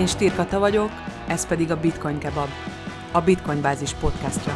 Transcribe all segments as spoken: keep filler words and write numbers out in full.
Én Stír Kata vagyok, ez pedig a Bitcoin Kebab, a Bitcoin Bázis podcastja.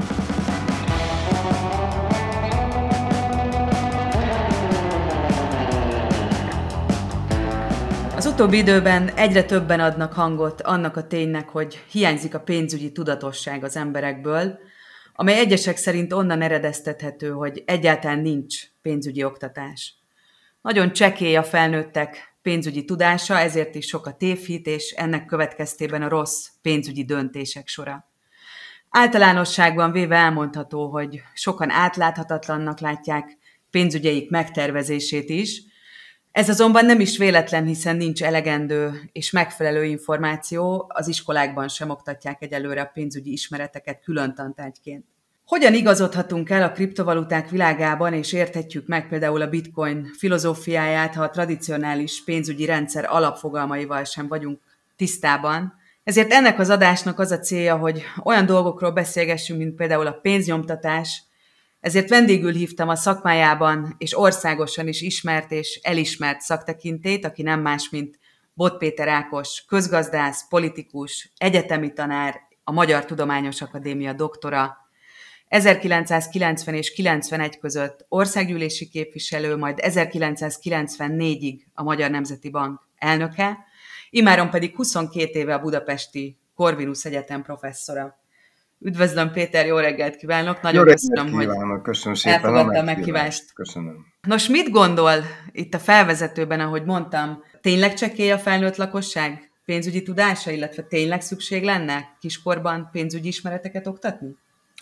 Az utóbbi időben egyre többen adnak hangot annak a ténynek, hogy hiányzik a pénzügyi tudatosság az emberekből, amely egyesek szerint onnan eredeztethető, hogy egyáltalán nincs pénzügyi oktatás. Nagyon csekély a felnőttek pénzügyi tudása, ezért is sok a tévhit, és ennek következtében a rossz pénzügyi döntések sora. Általánosságban véve elmondható, hogy sokan átláthatatlannak látják pénzügyeik megtervezését is. Ez azonban nem is véletlen, hiszen nincs elegendő és megfelelő információ, az iskolákban sem oktatják egyelőre a pénzügyi ismereteket külön tantárgyként. Hogyan igazodhatunk el a kriptovaluták világában, és érthetjük meg például a bitcoin filozófiáját, ha a tradicionális pénzügyi rendszer alapfogalmaival sem vagyunk tisztában? Ezért ennek az adásnak az a célja, hogy olyan dolgokról beszélgessünk, mint például a pénznyomtatás. Ezért vendégül hívtam a szakmájában és országosan is ismert és elismert szaktekintét, aki nem más, mint Bot Péter Ákos, közgazdász, politikus, egyetemi tanár, a Magyar Tudományos Akadémia doktora, ezerkilencszázkilencven és kilencvenegy között országgyűlési képviselő, majd ezerkilencszázkilencvennégyig a Magyar Nemzeti Bank elnöke, immáron pedig huszonkét éve a budapesti Corvinus Egyetem professzora. Üdvözlöm, Péter, jó reggelt kívánok! Nagyon jó köszönöm, kívánok. hogy köszönöm szépen elfogadta a meghívást. Köszönöm. Nos, mit gondol itt a felvezetőben, ahogy mondtam, tényleg csekély a felnőtt lakosság pénzügyi tudása, illetve tényleg szükség lenne kiskorban pénzügyi ismereteket oktatni?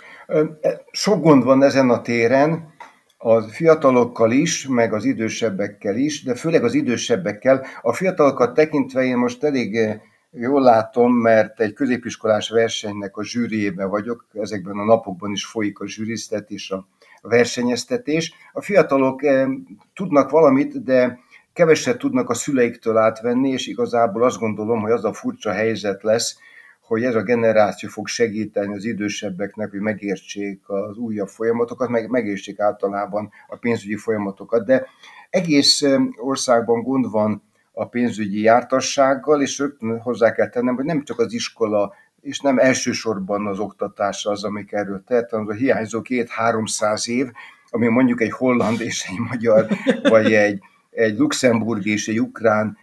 Sok gond van ezen a téren, a fiatalokkal is, meg az idősebbekkel is, de főleg az idősebbekkel. A fiatalokat tekintve én most elég jól látom, mert egy középiskolás versenynek a zsűriében vagyok, ezekben a napokban is folyik a zsűriztetés, a versenyeztetés. A fiatalok tudnak valamit, de keveset tudnak a szüleiktől átvenni, és igazából azt gondolom, hogy az a furcsa helyzet lesz, hogy ez a generáció fog segíteni az idősebbeknek, hogy megértsék az újabb folyamatokat, meg megértsék általában a pénzügyi folyamatokat. De egész országban gond van a pénzügyi jártassággal, és rögtön hozzá kell tennem, hogy nem csak az iskola, és nem elsősorban az oktatás az, amik erről tehet, hanem az a hiányzó két-háromszáz év, ami mondjuk egy holland és egy magyar, vagy egy, egy luxemburgi és egy ukrán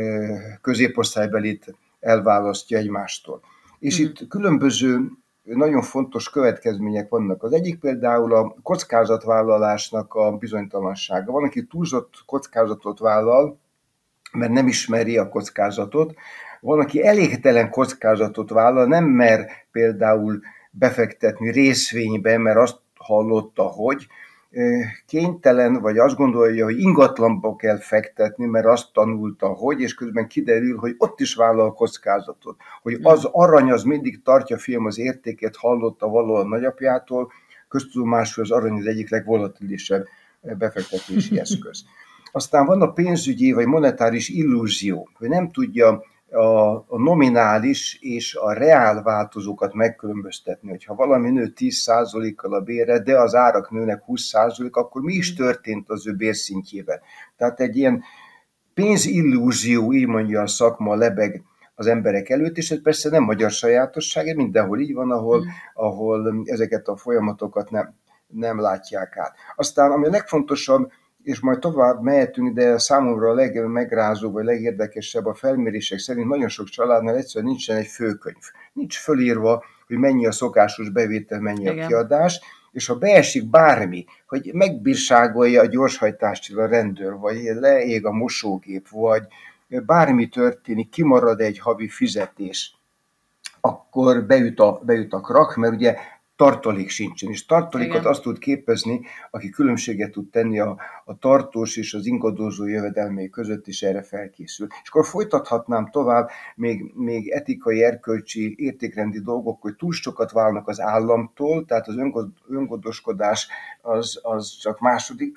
középosztálybelit elválasztja egymástól. És mm. itt különböző nagyon fontos következmények vannak. Az egyik például a kockázatvállalásnak a bizonytalansága. Van, aki túlzott kockázatot vállal, mert nem ismeri a kockázatot. Van, aki elégtelen kockázatot vállal, nem mer például befektetni részvénybe, mert azt hallotta, hogy kénytelen, vagy azt gondolja, hogy ingatlanba kell fektetni, mert azt tanulta, hogy, és közben kiderül, hogy ott is vállal kockázatot. Hogy az arany az mindig tartja film az értékét, hallotta valahol a nagyapjától, köztudomásul az arany az egyik legvolatilisebb befektetési eszköz. Aztán van a pénzügyi vagy monetáris illúzió, hogy nem tudja a, a nominális és a reál változókat megkülönböztetni. Hogyha valami nő tíz százalékkal a bére, de az árak nőnek húsz százalék, akkor mi is történt az ő bérszintjével? Tehát egy ilyen pénzillúzió, így mondja a szakma, lebeg az emberek előtt, és ez persze nem magyar sajátosság, mindenhol így van, ahol, ahol ezeket a folyamatokat nem, nem látják át. Aztán ami a legfontosabb, és majd tovább mehetünk, de számomra a legmegrázóbb, vagy legérdekesebb a felmérések szerint nagyon sok családnál egyszerűen nincsen egy főkönyv. Nincs fölírva, hogy mennyi a szokásos bevétel, mennyi Igen. a kiadás, és ha beesik bármi, hogy megbírságolja a gyorshajtást a rendőr, vagy leég a mosógép, vagy bármi történik, kimarad egy havi fizetés, akkor beüt a, beüt a krak, mert ugye tartalék sincsen, és tartalékot Igen. azt tud képezni, aki különbséget tud tenni a, a tartós és az ingadozó jövedelmei között, és erre felkészül. És akkor folytathatnám tovább még, még etikai, erkölcsi, értékrendi dolgok, hogy túl sokat válnak az államtól, tehát az öngondoskodás az, az csak második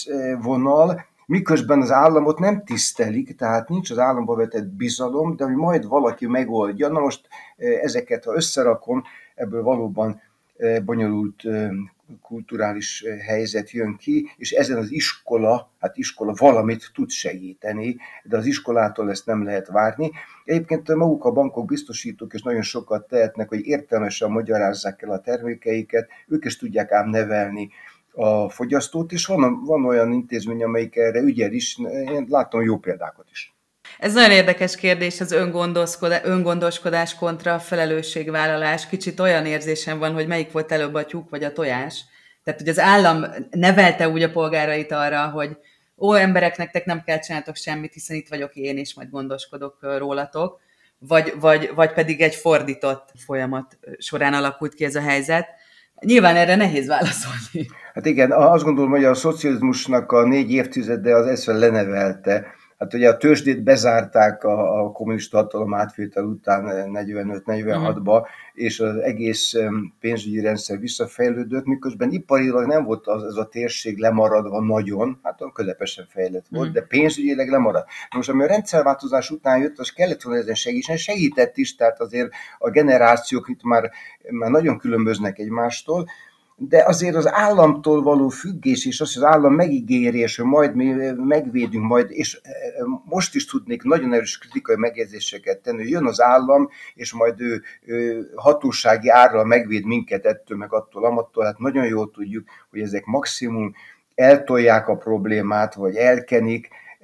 vonal, miközben az államot nem tisztelik, tehát nincs az államba vetett bizalom, de hogy majd valaki megoldja. Na most ezeket, ha összerakom, ebből valóban bonyolult kulturális helyzet jön ki, és ezen az iskola, hát iskola valamit tud segíteni, de az iskolától ezt nem lehet várni. Egyébként maguk a bankok, biztosítók is nagyon sokat tehetnek, hogy értelmesen magyarázzák el a termékeiket, ők is tudják ám nevelni a fogyasztót, és van, van olyan intézmény, amelyik erre ügyel is, én látom jó példákat is. Ez nagyon érdekes kérdés, az öngondoskodás, öngondoskodás kontra felelősségvállalás. Kicsit olyan érzésem van, hogy melyik volt előbb a tyúk vagy a tojás. Tehát, hogy az állam nevelte úgy a polgárait arra, hogy ó, emberek, nektek nem kell csináltok semmit, hiszen itt vagyok én, és majd gondoskodok rólatok. Vagy, vagy, vagy pedig egy fordított folyamat során alakult ki ez a helyzet. Nyilván erre nehéz válaszolni. Hát igen, azt gondolom, hogy a szocializmusnak a négy évtizede az ezt lenevelte. Hát ugye a tőzsdét bezárták a, a kommunista hatalom átvétel után negyvenöt negyvenhatba, uh-huh. és az egész pénzügyi rendszer visszafejlődött, miközben iparilag nem volt az, az a térség lemaradva nagyon, hát közepesen fejlett volt, uh-huh. de pénzügyileg lemaradt. Most ami a rendszerváltozás után jött, az kellett volna ezen segíteni, segített is, tehát azért a generációk itt már, már nagyon különböznek egymástól, de azért az államtól való függés, és az, hogy az állam megígérés, hogy majd mi megvédünk, majd, és most is tudnék nagyon erős kritikai megjegyzéseket tenni, hogy jön az állam, és majd ő, ő hatósági árral megvéd minket ettől, meg attól, amattól. Hát nagyon jól tudjuk, hogy ezek maximum eltolják a problémát, vagy elkenik,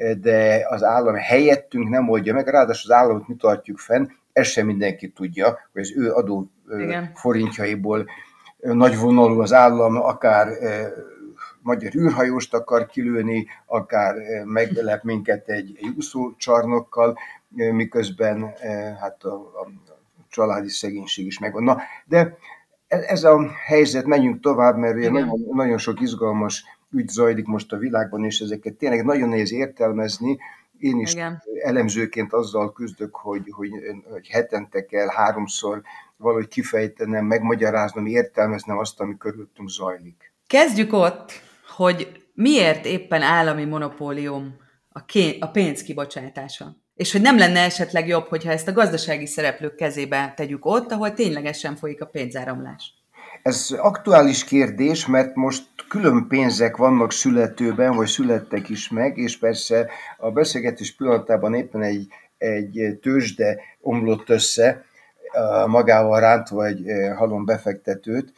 de az állam helyettünk nem oldja meg, ráadásul az államot mi tartjuk fenn, ezt sem mindenki tudja, hogy az ő adó Igen. forintjaiból nagyvonalú az állam, akár e, magyar űrhajóst akar kilőni, akár e, meglep minket egy, egy úszócsarnokkal, e, miközben e, hát a, a családi szegénység is megvan. Na, de ez a helyzet, menjünk tovább, mert nagyon, nagyon sok izgalmas ügy zajlik most a világban, és ezeket tényleg nagyon nehéz értelmezni. Én is Igen. elemzőként azzal küzdök, hogy, hogy, hogy hetente kell háromszor valahogy kifejtenem, megmagyaráznom, értelmeznem azt, ami körülöttünk zajlik. Kezdjük ott, hogy miért éppen állami monopólium a, ké- a pénz kibocsátása. És hogy nem lenne esetleg jobb, hogyha ezt a gazdasági szereplők kezébe tegyük ott, ahol ténylegesen folyik a pénzáramlás. Ez aktuális kérdés, mert most külön pénzek vannak születőben, vagy születtek is meg, és persze a beszélgetés pillanatában éppen egy, egy tőzsde omlott össze, magával rántva egy halom befektetőt,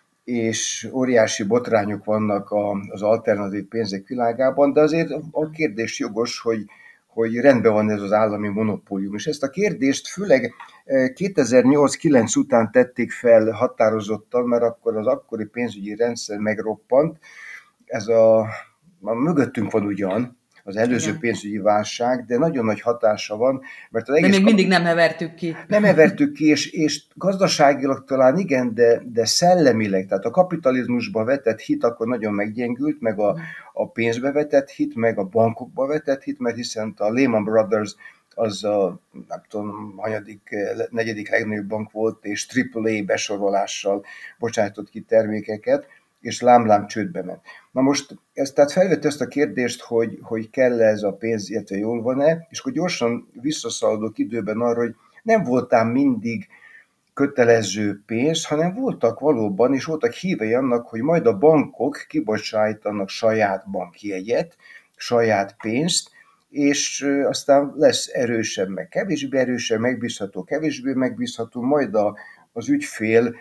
és óriási botrányok vannak az alternatív pénzek világában, de azért a kérdés jogos, hogy, hogy rendben van ez az állami monopólium. És ezt a kérdést főleg kétezer-nyolc kilenc után tették fel határozottan, mert akkor az akkori pénzügyi rendszer megroppant. Ez a, a mögöttünk van ugyan, az előző Igen. pénzügyi válság, de nagyon nagy hatása van, mert az egész... De még mindig nem hevertük ki. Nem hevertük ki, és, és gazdaságilag talán igen, de, de szellemileg, tehát a kapitalizmusba vetett hit akkor nagyon meggyengült, meg a, a pénzbe vetett hit, meg a bankokba vetett hit, mert hiszen a Lehman Brothers az a, nem tudom, hanyadik, negyedik legnagyobb bank volt, és triple A besorolással bocsájtott ki termékeket, és lámlám csődbe ment. Na most, ez, tehát felvett ezt a kérdést, hogy, hogy kell ez a pénz, illetve jól van-e, és akkor gyorsan visszaszaladok időben arra, hogy nem voltál mindig kötelező pénz, hanem voltak valóban, és voltak hívei annak, hogy majd a bankok kibocsájtanak saját bankjegyet, saját pénzt, és aztán lesz erősebb, meg kevésbé erősebb, megbízható, kevésbé megbízható, majd a, az ügyfél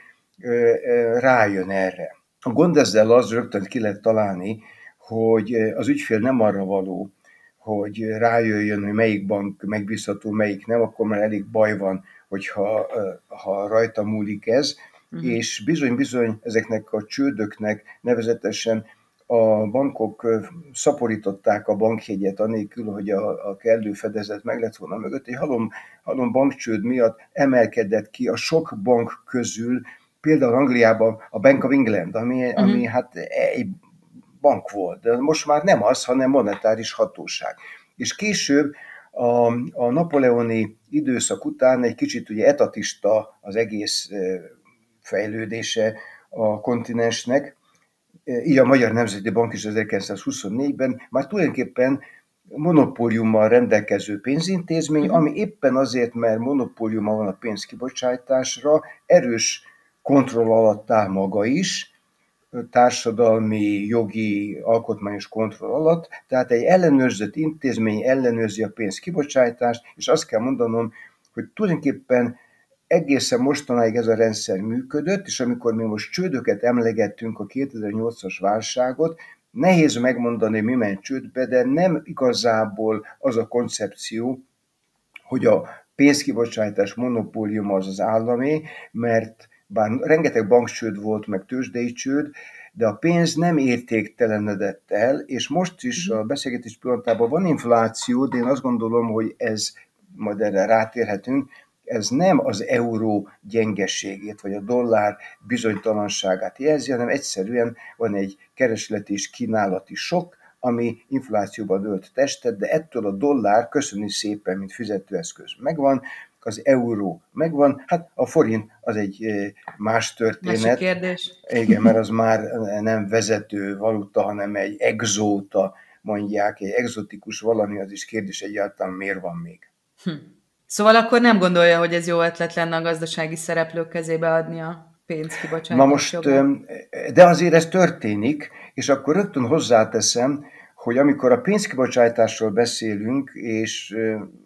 rájön erre. A gond ezzel az, rögtön ki lehet találni, hogy az ügyfél nem arra való, hogy rájöjjön, hogy melyik bank megbízható, melyik nem, akkor már elég baj van, hogyha ha rajta múlik ez, uh-huh. és bizony-bizony ezeknek a csődöknek nevezetesen a bankok szaporították a bankjegyet anélkül, hogy a, a kellő fedezet meg lett volna mögött. Egy halom, halom bankcsőd miatt emelkedett ki a sok bank közül, például Angliában a Bank of England, ami, uh-huh. ami hát egy bank volt, de most már nem az, hanem monetáris hatóság. És később a, a napóleoni időszak után egy kicsit ugye etatista az egész fejlődése a kontinensnek, így a Magyar Nemzeti Bank is ezerkilencszázhuszonnégyben már tulajdonképpen monopóliummal rendelkező pénzintézmény, ami éppen azért, mert monopóliuma van a pénzkibocsátásra, erős kontroll alatt áll maga is, társadalmi, jogi, alkotmányos kontroll alatt, tehát egy ellenőrzött intézmény ellenőrzi a pénzkibocsátást, és azt kell mondanom, hogy tulajdonképpen egészen mostanáig ez a rendszer működött, és amikor mi most csődöket emlegettünk, a kétezer-nyolcas válságot, nehéz megmondani, mi ment csődbe, de nem igazából az a koncepció, hogy a pénzkibocsátás monopóliuma az az állami, mert bár rengeteg bankcsőd volt, meg tőzsdei csőd, de a pénz nem értéktelenedett el, és most is a beszélgetés pillanatában van infláció, de én azt gondolom, hogy ez, majd erre rátérhetünk, ez nem az euró gyengeségét, vagy a dollár bizonytalanságát jelzi, hanem egyszerűen van egy keresleti és kínálati sok, ami inflációban ölt testet, de ettől a dollár, köszönjük szépen, mint fizetőeszköz megvan, az euró megvan, hát a forint az egy más történet. Másik kérdés. Igen, mert az már nem vezető valuta, hanem egy exóta, mondják, egy exotikus valami, az is kérdés egyáltalán miért van még. Hm. Szóval akkor nem gondolja, hogy ez jó ötlet lenne a gazdasági szereplők kezébe adni a pénzkibocsátást? Na most, de azért ez történik, és akkor rögtön hozzáteszem, hogy amikor a pénzkibocsátásról beszélünk, és,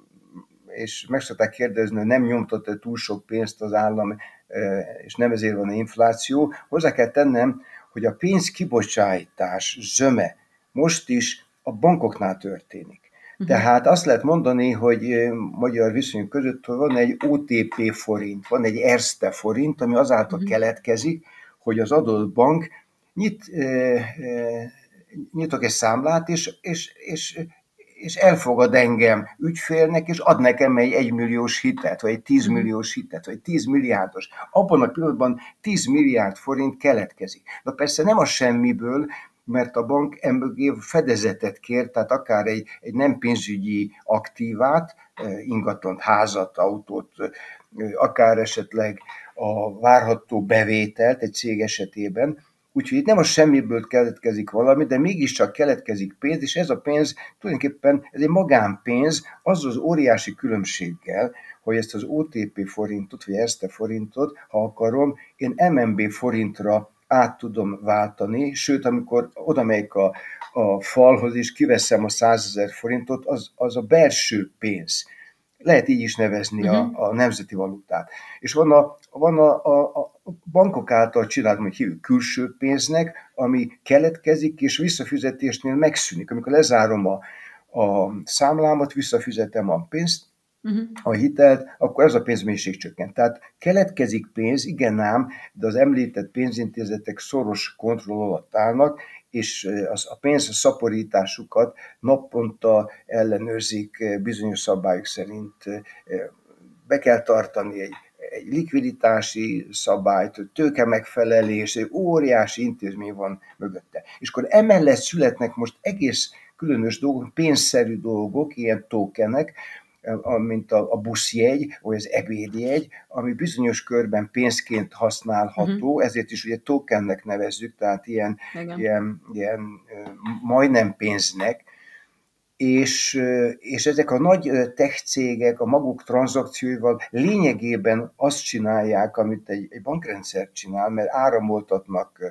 és meg szokták kérdezni, hogy nem nyomtott-e túl sok pénzt az állam, és nem ezért van infláció, hozzá kell tennem, hogy a pénzkibocsátás zöme most is a bankoknál történik. Tehát azt lehet mondani, hogy magyar viszonyok között hogy van egy o té pé forint, van egy Erste forint, ami azáltal uh-huh. keletkezik, hogy az adott bank nyit, e, e, nyitok egy számlát, és, és, és, és elfogad engem ügyfélnek, és ad nekem egy egymilliós hitet, vagy egy tízmilliós hitet, vagy tíz milliárdos. Abban a pillanatban tíz milliárd forint keletkezik. Na persze nem a semmiből, mert a bank emögé fedezetet kér, tehát akár egy, egy nem pénzügyi aktívát, ingatlant, házat, autót, akár esetleg a várható bevételt egy cég esetében. Úgyhogy itt nem a semmiből keletkezik valami, de mégiscsak keletkezik pénz, és ez a pénz tulajdonképpen ez egy magánpénz, az az óriási különbséggel, hogy ezt az o té pé forintot, vagy Erste forintot, ha akarom, én em en bé forintra át tudom váltani, sőt, amikor oda megyek a, a falhoz, és kiveszem a százezer forintot, az, az a belső pénz. Lehet így is nevezni uh-huh. a, a nemzeti valutát. És van a, van a, a, a bankok által csinált, hogy hívjuk külső pénznek, ami keletkezik, és visszafizetésnél megszűnik. Amikor lezárom a, a számlámat, visszafizetem a pénzt, uh-huh. a hitelt, akkor ez a pénzmennyiség csökkent. Tehát keletkezik pénz, igen ám, de az említett pénzintézetek szoros kontroll alatt állnak, és az, a pénz szaporításukat naponta ellenőrzik bizonyos szabályok szerint. Be kell tartani egy, egy likviditási szabályt, tőke megfelelés, egy óriási intézmény van mögötte. És akkor emellett születnek most egész különös dolgok, pénzszerű dolgok, ilyen tokenek, mint a, a buszjegy, vagy az ebédjegy, ami bizonyos körben pénzként használható, uh-huh. ezért is ugye tokennek nevezzük, tehát ilyen, ilyen, ilyen majdnem pénznek, és, és ezek a nagy tech cégek a maguk tranzakcióival lényegében azt csinálják, amit egy, egy bankrendszer csinál, mert áramoltatnak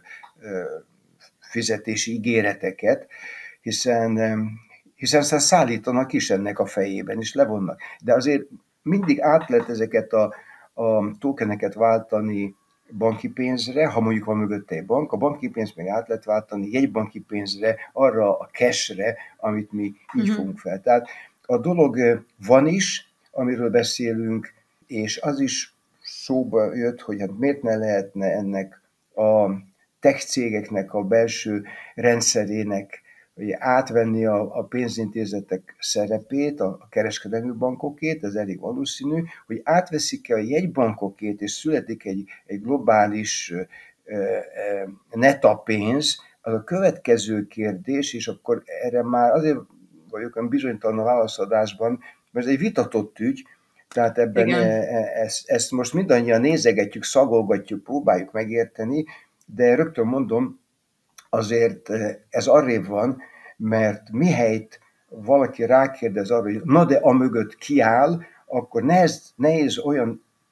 fizetési ígéreteket, hiszen hiszen aztán szállítanak is ennek a fejében, és levonnak. De azért mindig át lehet ezeket a, a tokeneket váltani banki pénzre, ha mondjuk van mögötte egy bank, a banki pénzt meg át lehet váltani jegybanki pénzre, arra a cashre, amit mi így uh-huh. fogunk fel. Tehát a dolog van is, amiről beszélünk, és az is szóba jött, hogy hát miért ne lehetne ennek a tech cégeknek a belső rendszerének hogy átvenni a, a pénzintézetek szerepét, a, a kereskedelmi bankokét, ez elég valószínű, hogy átveszik-e a jegybankokét, és születik egy, egy globális e, e, neta pénz, az a következő kérdés, és akkor erre már azért vagyok bizonytalan a válaszadásban, mert ez egy vitatott ügy, tehát ebben e, e, ezt, ezt most mindannyian nézegetjük, szagolgatjuk, próbáljuk megérteni, de rögtön mondom, azért ez arrébb van, mert mihelyt valaki rákérdez arra, hogy na de amögött ki áll, akkor nehéz, nehéz olyan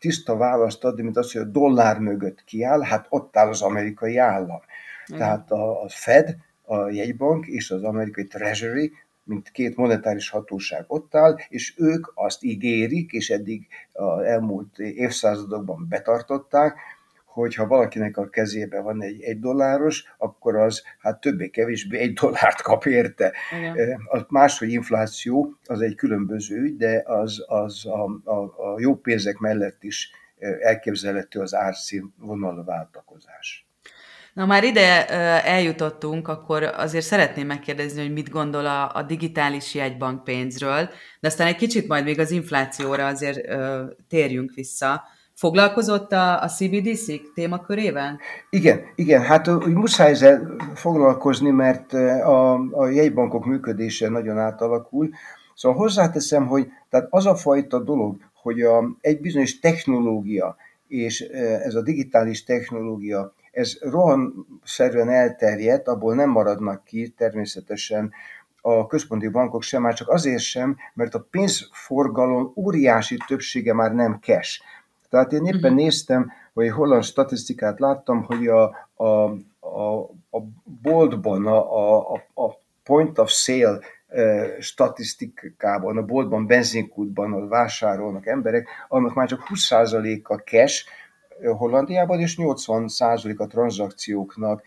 tiszta választ adni, mint az, hogy a dollár mögött kiáll, hát ott áll az amerikai állam. Igen. Tehát a, a Fed, a jegybank és az amerikai Treasury, mint két monetáris hatóság ott áll, és ők azt ígérik, és eddig az elmúlt évszázadokban betartották, hogy ha valakinek a kezében van egy egy dolláros, akkor az hát többé-kevésbé egy dollárt kap érte. Igen. A máshogy infláció az egy különböző ügy, de az, az a, a, a jó pénzek mellett is elképzelhető az árszínvonal váltakozás. Na már ide eljutottunk, akkor azért szeretném megkérdezni, hogy mit gondol a, a digitális jegybankpénzről, de aztán egy kicsit majd még az inflációra azért ö, térjünk vissza. Foglalkozott a, a cé bé dé cé témakörével? Igen, igen, hát úgy muszáj ezzel foglalkozni, mert a, a jegybankok működése nagyon átalakul. Szóval hozzáteszem, hogy tehát az a fajta dolog, hogy a, egy bizonyos technológia, és ez a digitális technológia, ez rohanszerűen elterjedt, abból nem maradnak ki természetesen a központi bankok sem, már csak azért sem, mert a pénzforgalom óriási többsége már nem cash. Tehát én éppen uh-huh. néztem, hogy holland statisztikát láttam, hogy a, a, a, a boltban, a, a, a point of sale statisztikában, a boltban, benzinkútban vásárolnak emberek, annak már csak húsz százaléka cash Hollandiában, és nyolcvan százalék a tranzakcióknak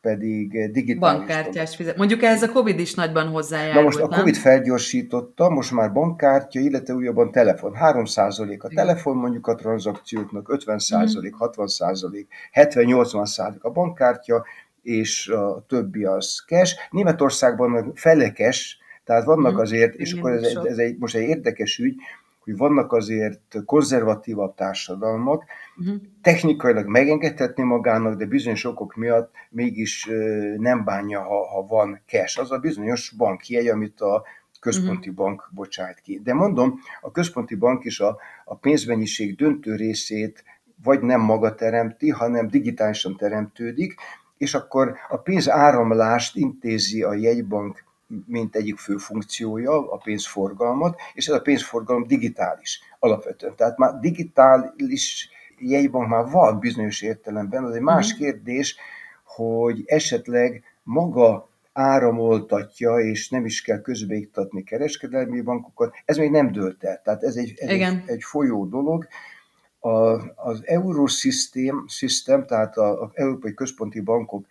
pedig digitális. Bankkártyás fizet. Mondjuk ehhez a Covid is nagyban hozzájárult. Na most a Covid felgyorsította, most már bankkártya, illetve újabban telefon. három százalék a telefon mondjuk a tranzakcióknak, ötven százalék, hatvan százalék, hetven-nyolcvan százalék a bankkártya, és a többi az cash. Németországban fele cash, tehát vannak azért, és akkor ez, ez egy, most egy érdekes ügy, hogy vannak azért konzervatívabb társadalmak, uh-huh. technikailag megengedhetné magának, de bizonyos okok miatt mégis nem bánja, ha, ha van cash. Az a bizonyos bankjegy, amit a központi uh-huh. bank bocsát ki. De mondom, a központi bank is a, a pénzmennyiség döntő részét vagy nem maga teremti, hanem digitálisan teremtődik, és akkor a pénzáramlást intézi a jegybank, mint egyik fő funkciója, a pénzforgalmat, és ez a pénzforgalom digitális alapvetően. Tehát már digitális jegybank már van bizonyos értelemben, az egy más kérdés, hogy esetleg maga áramoltatja, és nem is kell közbeiktatni kereskedelmi bankokat, ez még nem dőlt el. Tehát ez egy, ez egy, egy folyó dolog. A, az Eurosystem, system, tehát az európai központi bankok,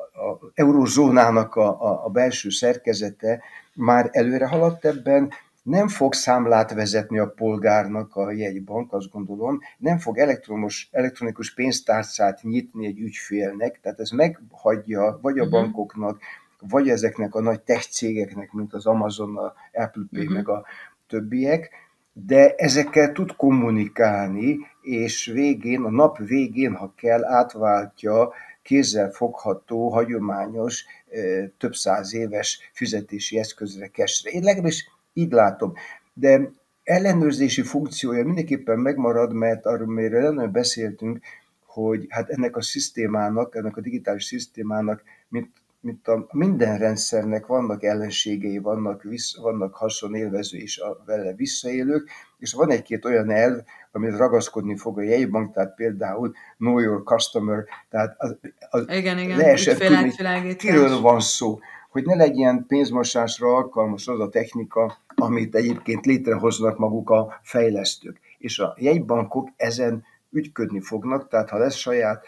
az eurozónának a, a, a belső szerkezete már előre haladt ebben, nem fog számlát vezetni a polgárnak a jegybank, azt gondolom, nem fog elektromos, elektronikus pénztárcát nyitni egy ügyfélnek, tehát ez meghagyja vagy a uh-huh. bankoknak, vagy ezeknek a nagy tech cégeknek, mint az Amazon, a Apple Pay, uh-huh. meg a többiek, de ezekkel tud kommunikálni, és végén, a nap végén, ha kell, átváltja kézzel fogható, hagyományos, több száz éves fizetési eszközre, cashre. Én legalábbis így látom. De ellenőrzési funkciója mindenképpen megmarad, mert arról nagyon beszéltünk, hogy hát ennek a szisztémának, ennek a digitális szisztémának, mint, mint a minden rendszernek vannak ellenségei, vannak, vissz, vannak haszonélvező és a vele visszaélők, és van egy-két olyan elv, amit ragaszkodni fog a jegybank, tehát például know your customer, tehát az, az igen, igen, lehessen tudni, kiről van szó, hogy ne legyen pénzmosásra alkalmas az a technika, amit egyébként létrehoznak maguk a fejlesztők. És a jegybankok ezen ügyködni fognak, tehát ha lesz saját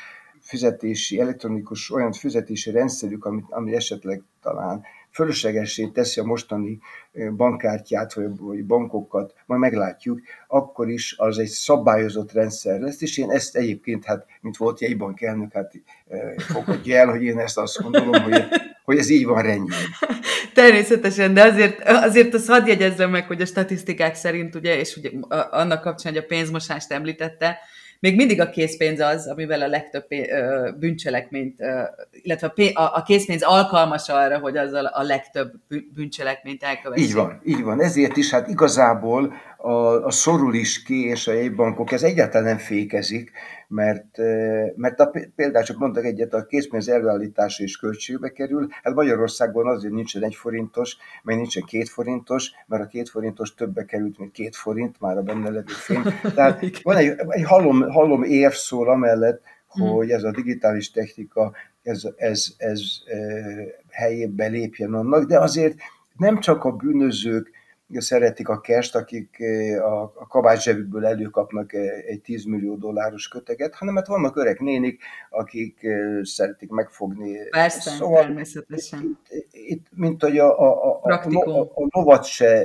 fizetési, elektronikus olyan fizetési rendszerük, amit, ami esetleg talán fölöslegessé teszi a mostani bankkártyát, vagy, vagy bankokat, majd meglátjuk, akkor is az egy szabályozott rendszer lesz, és én ezt egyébként, hát, mint volt jegybank elnök, hát fogadja el, hogy én ezt azt gondolom, hogy, hogy ez így van rendjén. Természetesen, de azért, azért azt hadd jegyezzem meg, hogy a statisztikák szerint, ugye, és ugye annak kapcsán, hogy a pénzmosást említette, még mindig a készpénz az, amivel a legtöbb bűncselekményt, illetve a készpénz alkalmas arra, hogy azzal a legtöbb bűncselekményt elkövessék. Így van, így van. Ezért is hát igazából a, a szorul is ki, és a jegybankok ez egyáltalán nem fékezik, mert, mert a, például csak mondok egyet, a készpénz előállítása is költségbe kerül. Hát Magyarországon azért nincsen egy forintos, meg nincsen két forintos, mert a két forintos többe került, mint két forint, már a benne levő fém. Tehát van egy, egy halom, halom érv szól amellett, hogy ez a digitális technika, ez, ez, ez helyébe lépjen annak, de azért nem csak a bűnözők szeretik a cash-t, akik a kabát zsebükből előkapnak egy tíz millió dolláros köteget, hanem hát vannak öreg nénik, akik szeretik megfogni. Persze, szóval természetesen. Itt, itt mint hogy a, a, a, a, a lovat se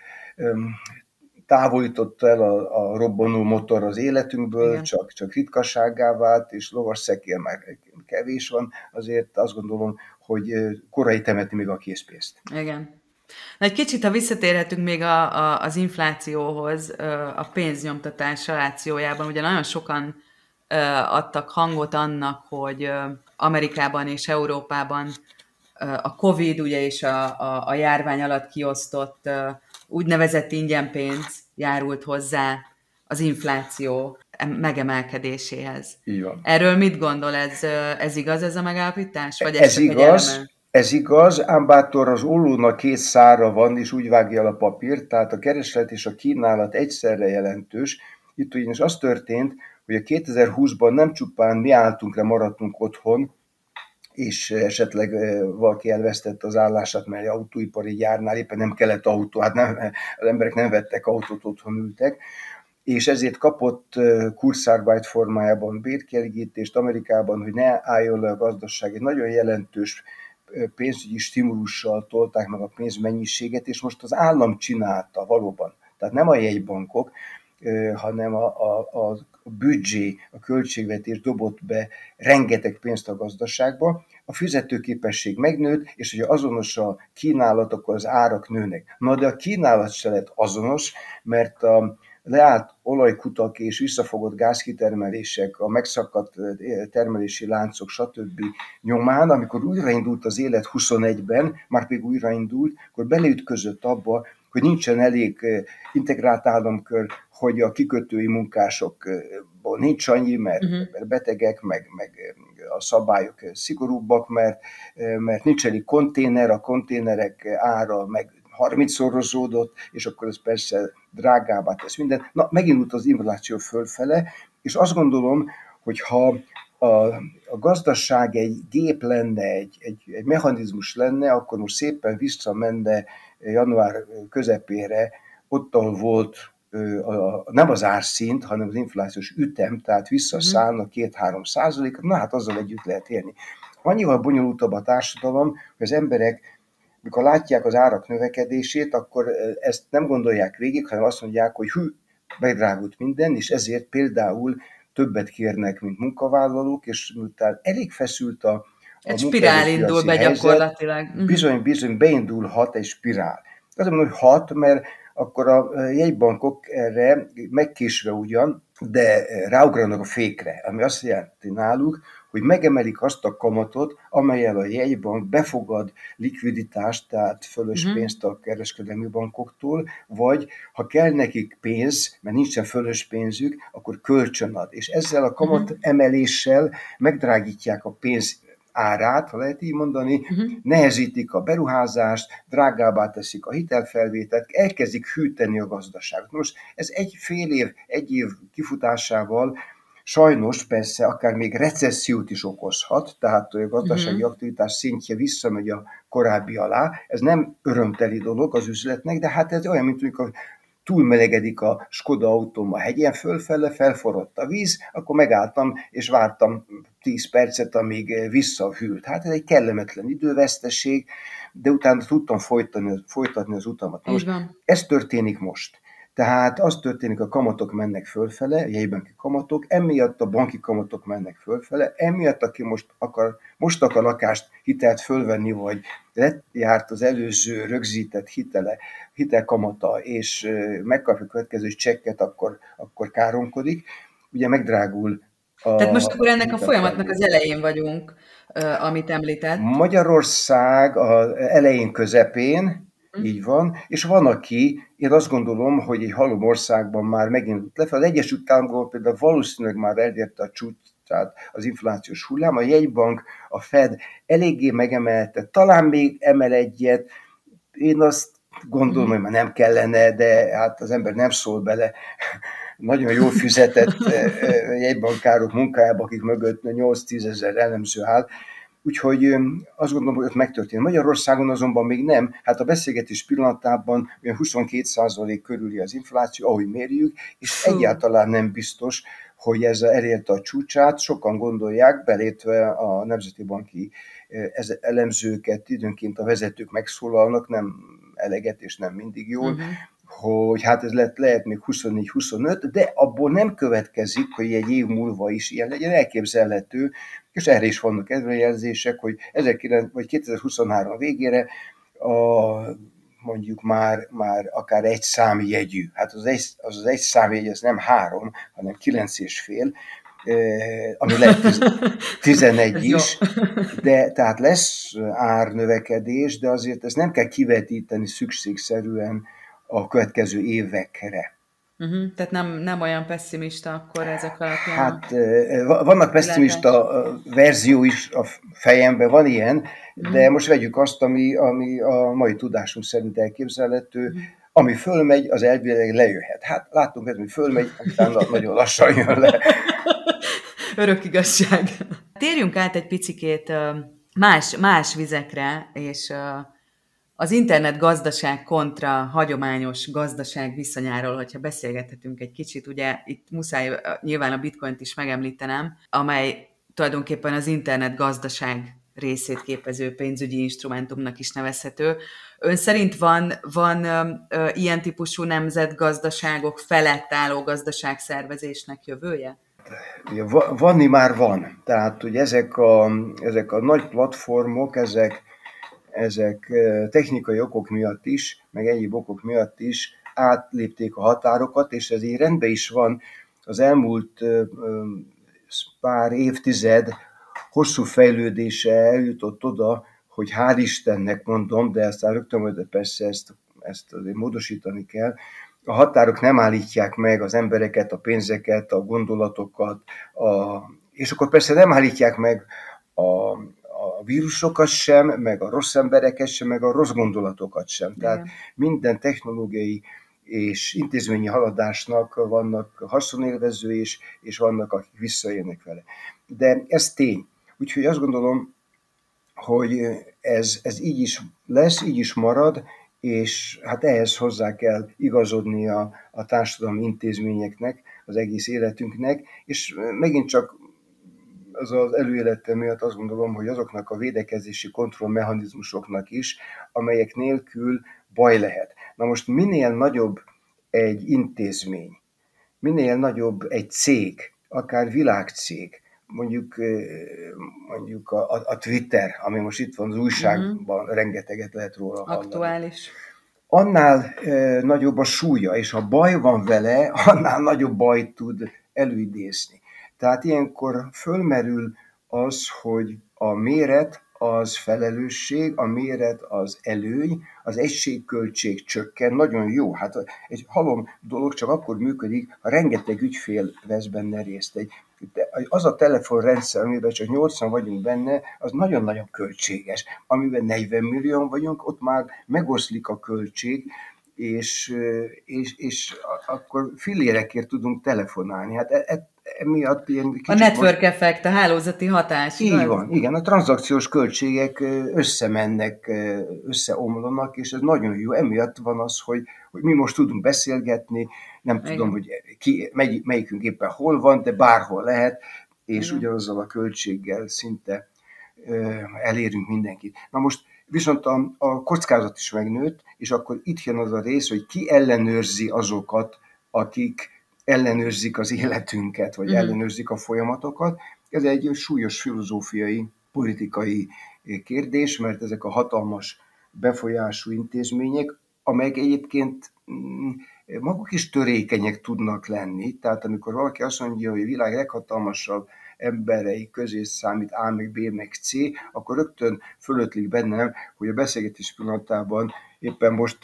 távolította el a, a robbanó motor az életünkből, csak, csak ritkasággá vált, és lovas szekér már kevés van, azért azt gondolom, hogy korai temetni még a készpénzt. Igen. Na, egy kicsit, ha visszatérhetünk még a, a, az inflációhoz, a pénznyomtatás relációjában, ugye nagyon sokan adtak hangot annak, hogy Amerikában és Európában a Covid ugye és a, a, a járvány alatt kiosztott úgynevezett ingyenpénz járult hozzá az infláció megemelkedéséhez. Így van. Erről mit gondol? Ez, ez igaz, ez a megállapítás? Vagy ez, ez igaz, ez igaz, ám bátor az ollónak két szára van, és úgy vágja el a papírt, tehát a kereslet és a kínálat egyszerre jelentős. Itt ugyanis az történt, hogy a kétezer-húszban nem csupán mi álltunk le, maradtunk otthon, és esetleg valaki elvesztette az állását, mert autóipari gyárnál éppen nem kellett autó, hát nem, az emberek nem vettek autót, otthon ültek, és ezért kapott Kurzarbeit formájában bérkielégítést Amerikában, hogy ne álljon le a gazdaság. Egy nagyon jelentős pénzügyi stimulussal tolták meg a pénzmennyiséget, és most az állam csinálta valóban. Tehát nem a jegybankok, hanem a, a, a büdzsé, a költségvetés dobott be rengeteg pénzt a gazdaságba, a fizetőképesség megnőtt, és hogyha azonos a kínálat, akkor az árak nőnek. Na de a kínálat se lett azonos, mert a leállt olajkutak és visszafogott gázkitermelések, a megszakadt termelési láncok, stb. Nyomán, amikor újraindult az élet huszonegyben, már pedig újraindult, akkor beleütközött abba, hogy nincsen elég integrált államkör, hogy a kikötői munkásokból nincs annyi, mert, uh-huh. mert betegek, meg, meg a szabályok szigorúbbak, mert, mert nincs elég konténer, a konténerek ára meg harmincszorozódott, és akkor ez persze drágábbá tesz minden. Na, megindult az infláció fölfele, és azt gondolom, hogy ha a, a gazdaság egy gép lenne, egy, egy, egy mechanizmus lenne, akkor most szépen visszamenne január közepére, ott, ahol volt a, a, nem az árszint, hanem az inflációs ütem, tehát visszaszállna két-három százalékra, na hát azzal együtt lehet élni. Annyival bonyolultabb a társadalom, hogy az emberek, mikor látják az árak növekedését, akkor ezt nem gondolják végig, hanem azt mondják, hogy hű, megdrágult minden, és ezért például többet kérnek, mint munkavállalók, és miután elég feszült a, a egy spirál indul be gyakorlatilag. Bizony, bizony beindulhat egy spirál. Azért mondom, hogy hat, mert akkor a jegybankok erre megkésve ugyan, de ráugranak a fékre, ami azt jelenti náluk, hogy megemelik azt a kamatot, amellyel a jegybank befogad likviditást, tehát fölös uh-huh. pénzt a kereskedelmi bankoktól, vagy ha kell nekik pénz, mert nincsen fölös pénzük, akkor kölcsönad. És ezzel a kamat uh-huh. emeléssel megdrágítják a pénz árát, ha lehet így mondani, uh-huh. nehezítik a beruházást, drágábbá teszik a hitelfelvételt, elkezdik hűteni a gazdaságot. Most ez egy fél év, egy év kifutásával sajnos persze akár még recessziót is okozhat, tehát a gazdasági uh-huh. aktivitás szintje visszamegy a korábbi alá. Ez nem örömteli dolog az üzletnek, de hát ez olyan, mint amikor túlmelegedik a Skoda autóm a hegyen fölfele, felforrott a víz, akkor megálltam és vártam tíz percet, amíg visszahűlt. Hát ez egy kellemetlen időveszteség, de utána tudtam folytatni, folytatni az utamat. Most ez történik most. Tehát az történik, a kamatok mennek fölfele, a jegybanki kamatok, emiatt a banki kamatok mennek fölfele, emiatt, aki most akar, most akar lakást, hitelt fölvenni, vagy járt az előző rögzített hitele, hitelkamata, és megkapja a következő csekket, akkor, akkor káromkodik. Ugye megdrágul a... Tehát most akkor ennek a folyamatnak az elején vagyunk, amit említett. Magyarország az elején közepén, Így van, és van, aki, én azt gondolom, hogy egy halom országban már megindult lefelé. Az Egyesült Államokban például valószínűleg már elérte a csúcsát az inflációs hullám, a jegybank, a Fed eléggé megemelte, talán még emel egyet, én azt gondolom, Uh-huh. hogy már nem kellene, de hát az ember nem szól bele nagyon jól fizetett jegybankárok munkájába, akik mögött nyolc-tízezer elemző áll. Úgyhogy azt gondolom, hogy ott megtörtént. Magyarországon azonban még nem. Hát a beszélgetés pillanatában olyan huszonkét százalék körüli az infláció, ahogy mérjük, és Fú. egyáltalán nem biztos, hogy ez elérte a csúcsát. Sokan gondolják, belétve a nemzeti banki elemzőket, időnként a vezetők megszólalnak, nem eleget és nem mindig jól, Uh-huh. hogy hát ez lehet, lehet még huszonnégy-huszonöt, de abból nem következik, hogy egy év múlva is ilyen legyen, elképzelhető, és erre is vannak előrejelzések, hogy ezerkilencszáz vagy kétezer-huszonhárom végére a, mondjuk már, már akár egy számjegyű, hát az egy, az, az egy számjegy, az nem három, hanem kilenc és fél, ami lehet tizenegy is, de tehát lesz árnövekedés, de azért ezt nem kell kivetíteni szükségszerűen a következő évekre. Uh-huh. Tehát nem, nem olyan pessimista akkor ezek alapján. Hát vannak pessimista verzió is a fejemben, van ilyen, uh-huh. de most vegyük azt, ami, ami a mai tudásunk szerint elképzelhető, uh-huh. ami fölmegy, az elvileg lejöhet. Hát látunk, hogy fölmegy, aztán nagyon lassan jön le. Örök igazság. Térjünk át egy picikét más, más vizekre, és az internet gazdaság kontra hagyományos gazdaság viszonyáról, hogyha beszélgethetünk egy kicsit, ugye itt muszáj nyilván a bitcoint is megemlítenem, amely tulajdonképpen az internet gazdaság részét képező pénzügyi instrumentumnak is nevezhető. Ön szerint van, van ö, ilyen típusú nemzetgazdaságok felett álló gazdaságszervezésnek jövője? Vanni már van. Tehát, hogy ezek a, ezek a nagy platformok, ezek, ezek technikai okok miatt is, meg egyéb okok miatt is átlépték a határokat, és ez így rendben is van. Az elmúlt pár évtized hosszú fejlődése eljutott oda, hogy hál' Istennek mondom, de aztán rögtön majd persze ezt, ezt azért módosítani kell, a határok nem állítják meg az embereket, a pénzeket, a gondolatokat, a, és akkor persze nem állítják meg a, a vírusokat sem, meg a rossz embereket sem, meg a rossz gondolatokat sem. Tehát igen. Minden technológiai és intézményi haladásnak vannak haszonélvezői, és, és vannak, akik visszaélnek vele. De ez tény. Úgyhogy azt gondolom, hogy ez, ez így is lesz, így is marad, és hát ehhez hozzá kell igazodni a, a társadalmi intézményeknek, az egész életünknek, és megint csak az az előéletem miatt azt gondolom, hogy azoknak a védekezési kontrollmechanizmusoknak is, amelyek nélkül baj lehet. Na most minél nagyobb egy intézmény, minél nagyobb egy cég, akár világcég, mondjuk, mondjuk a, a Twitter, ami most itt van az újságban, uh-huh. rengeteget lehet róla hallani. Aktuális. Annál e, nagyobb a súlya, és ha baj van vele, annál nagyobb bajt tud előidézni. Tehát ilyenkor fölmerül az, hogy a méret az felelősség, a méret az előny, az egységköltség csökken, nagyon jó. Hát egy halom dolog csak akkor működik, ha rengeteg ügyfél vesz benne részt. Egy, az a telefonrendszer, amiben csak nyolcan vagyunk benne, az nagyon-nagyon költséges. Amiben negyven millió vagyunk, ott már megoszlik a költség, és, és, és akkor fillérekért tudunk telefonálni. Hát e, e, emiatt ilyen a network most... effekt, a hálózati hatás. Így igaz? Van, igen, a tranzakciós költségek összemennek, összeomlanak, és ez nagyon jó. Emiatt van az, hogy, hogy mi most tudunk beszélgetni, nem igen. tudom, hogy ki, mely, melyikünk éppen hol van, de bárhol lehet, és igen. ugyanazzal a költséggel szinte ö, elérünk mindenkit. Na most viszont a, a kockázat is megnőtt, és akkor itt jön az a rész, hogy ki ellenőrzi azokat, akik ellenőrzik az életünket, vagy mm. ellenőrzik a folyamatokat. Ez egy súlyos filozófiai, politikai kérdés, mert ezek a hatalmas befolyású intézmények, amelyek egyébként maguk is törékenyek tudnak lenni. Tehát amikor valaki azt mondja, hogy a világ leghatalmasabb emberei közé számít A, meg B, meg C, akkor rögtön fölötlik bennem, hogy a beszélgetés pillanatában éppen most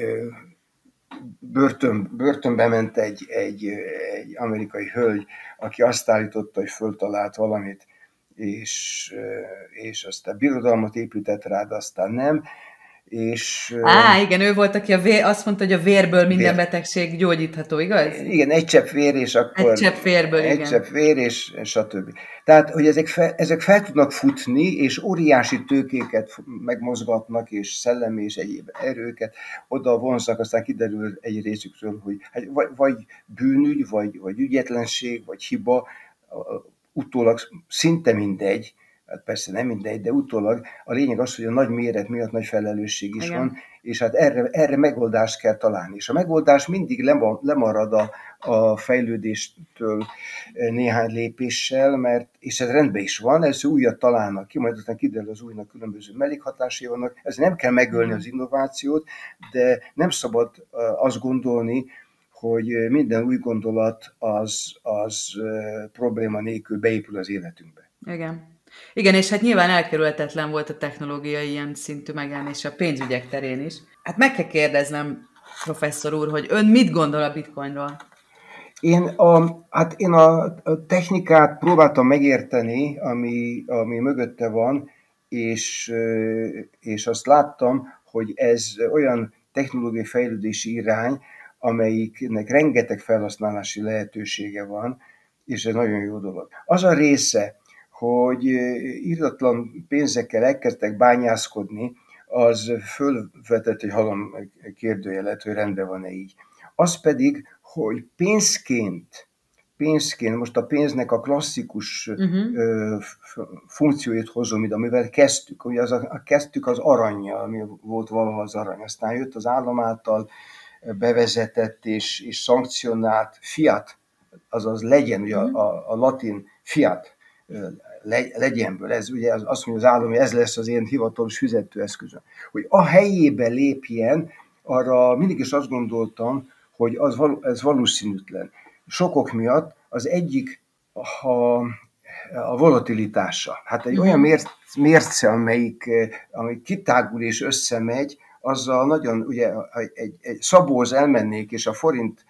börtön, börtönbe ment egy, egy, egy amerikai hölgy, aki azt állította, hogy föltalált valamit, és, és aztán birodalmat épített rá, de aztán nem. És, Á, igen, ő volt, aki a vér, azt mondta, hogy a vérből minden vér. betegség gyógyítható, igaz? Igen, egy csepp vér, és Egy akkor csepp vérből, egy igen. csepp vér, és stb. Tehát, hogy ezek fel, ezek fel tudnak futni, és óriási tőkéket megmozgatnak, és szellemi és egyéb erőket oda vonznak, aztán kiderül egy részükről, hogy hát vagy, vagy bűnügy, vagy, vagy ügyetlenség, vagy hiba, utólag szinte mindegy, hát persze nem mindegy, de utólag a lényeg az, hogy a nagy méret miatt nagy felelősség is Igen. van, és hát erre, erre megoldást kell találni. És a megoldás mindig lemarad a, a fejlődéstől néhány lépéssel, mert, és ez rendben is van, először újat találnak ki, majd aztán kiderül az újnak különböző mellékhatásai vannak, ez nem kell megölni az innovációt, de nem szabad azt gondolni, hogy minden új gondolat az, az probléma nélkül beépül az életünkbe. Igen. Igen, és hát nyilván elkerülhetetlen volt a technológiai ilyen szintű megjelenése a pénzügyek terén is. Hát meg kell kérdeznem, professzor úr, hogy ön mit gondol a bitcoinról? Én a, hát én a technikát próbáltam megérteni, ami, ami mögötte van, és, és azt láttam, hogy ez olyan technológiai fejlődési irány, amelyiknek rengeteg felhasználási lehetősége van, és ez nagyon jó dolog. Az a része, hogy irdatlan pénzekkel elkezdtek bányászkodni, az fölvetett egy halom kérdőjelet, hogy rendben van-e így. Az pedig, hogy pénzként, pénzként, most a pénznek a klasszikus uh-huh. ö, funkcióit hozom ide, amivel kezdtük. Ugye az a, a kezdtük az arannyal, ami volt valaha az arany. Aztán jött az állam által bevezetett és, és szankcionált fiat, azaz legyen, ugye uh-huh. a, a latin fiat, legyenből, ez ugye azt mondja az állam, hogy ez lesz az én hivatalos fizetőeszközöm. Hogy a helyébe lépjen, arra mindig is azt gondoltam, hogy az, ez valószínűtlen. Sokok miatt az egyik a, a volatilitása. Hát egy uh-huh. olyan mérce, amelyik, amelyik kitágul és összemegy, azzal nagyon, ugye egy, egy szabóhoz elmennék, és a forint